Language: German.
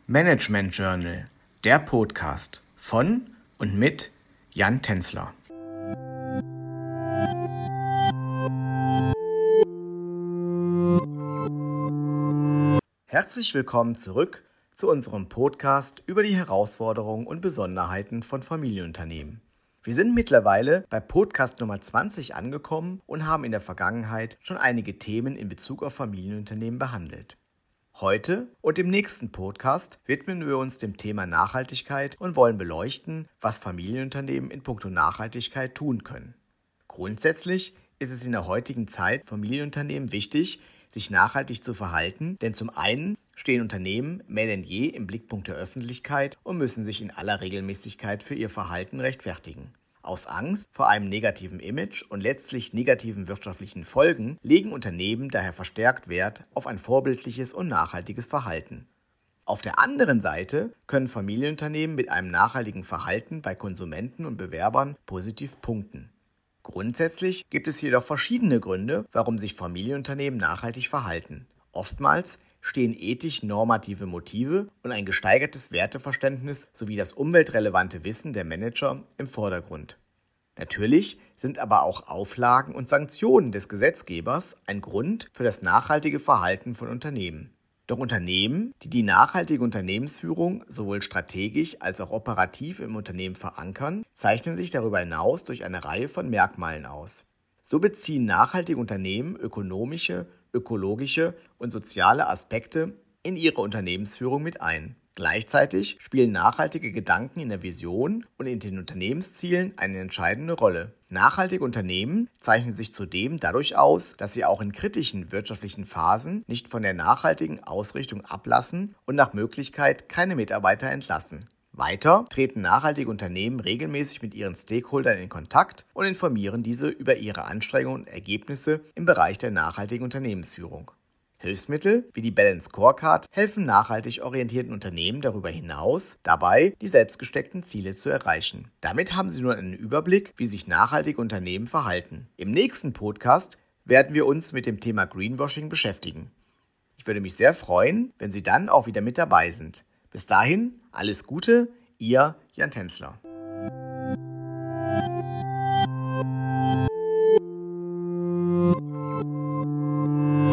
Management Journal, der Podcast von und mit Jan Tänzler. Herzlich willkommen zurück zu unserem Podcast über die Herausforderungen und Besonderheiten von Familienunternehmen. Wir sind mittlerweile bei Podcast Nummer 20 angekommen und haben in der Vergangenheit schon einige Themen in Bezug auf Familienunternehmen behandelt. Heute und im nächsten Podcast widmen wir uns dem Thema Nachhaltigkeit und wollen beleuchten, was Familienunternehmen in puncto Nachhaltigkeit tun können. Grundsätzlich ist es in der heutigen Zeit Familienunternehmen wichtig, sich nachhaltig zu verhalten, denn zum einen stehen Unternehmen mehr denn je im Blickpunkt der Öffentlichkeit und müssen sich in aller Regelmäßigkeit für ihr Verhalten rechtfertigen. Aus Angst vor einem negativen Image und letztlich negativen wirtschaftlichen Folgen legen Unternehmen daher verstärkt Wert auf ein vorbildliches und nachhaltiges Verhalten. Auf der anderen Seite können Familienunternehmen mit einem nachhaltigen Verhalten bei Konsumenten und Bewerbern positiv punkten. Grundsätzlich gibt es jedoch verschiedene Gründe, warum sich Familienunternehmen nachhaltig verhalten. Oftmals stehen ethisch-normative Motive und ein gesteigertes Werteverständnis sowie das umweltrelevante Wissen der Manager im Vordergrund. Natürlich sind aber auch Auflagen und Sanktionen des Gesetzgebers ein Grund für das nachhaltige Verhalten von Unternehmen. Doch Unternehmen, die die nachhaltige Unternehmensführung sowohl strategisch als auch operativ im Unternehmen verankern, zeichnen sich darüber hinaus durch eine Reihe von Merkmalen aus. So beziehen nachhaltige Unternehmen ökonomische, ökologische und soziale Aspekte in ihre Unternehmensführung mit ein. Gleichzeitig spielen nachhaltige Gedanken in der Vision und in den Unternehmenszielen eine entscheidende Rolle. Nachhaltige Unternehmen zeichnen sich zudem dadurch aus, dass sie auch in kritischen wirtschaftlichen Phasen nicht von der nachhaltigen Ausrichtung ablassen und nach Möglichkeit keine Mitarbeiter entlassen. Weiter treten nachhaltige Unternehmen regelmäßig mit ihren Stakeholdern in Kontakt und informieren diese über ihre Anstrengungen und Ergebnisse im Bereich der nachhaltigen Unternehmensführung. Hilfsmittel wie die Balance Scorecard helfen nachhaltig orientierten Unternehmen darüber hinaus dabei, die selbstgesteckten Ziele zu erreichen. Damit haben Sie nun einen Überblick, wie sich nachhaltige Unternehmen verhalten. Im nächsten Podcast werden wir uns mit dem Thema Greenwashing beschäftigen. Ich würde mich sehr freuen, wenn Sie dann auch wieder mit dabei sind. Bis dahin, alles Gute, Ihr Jan Tänzler.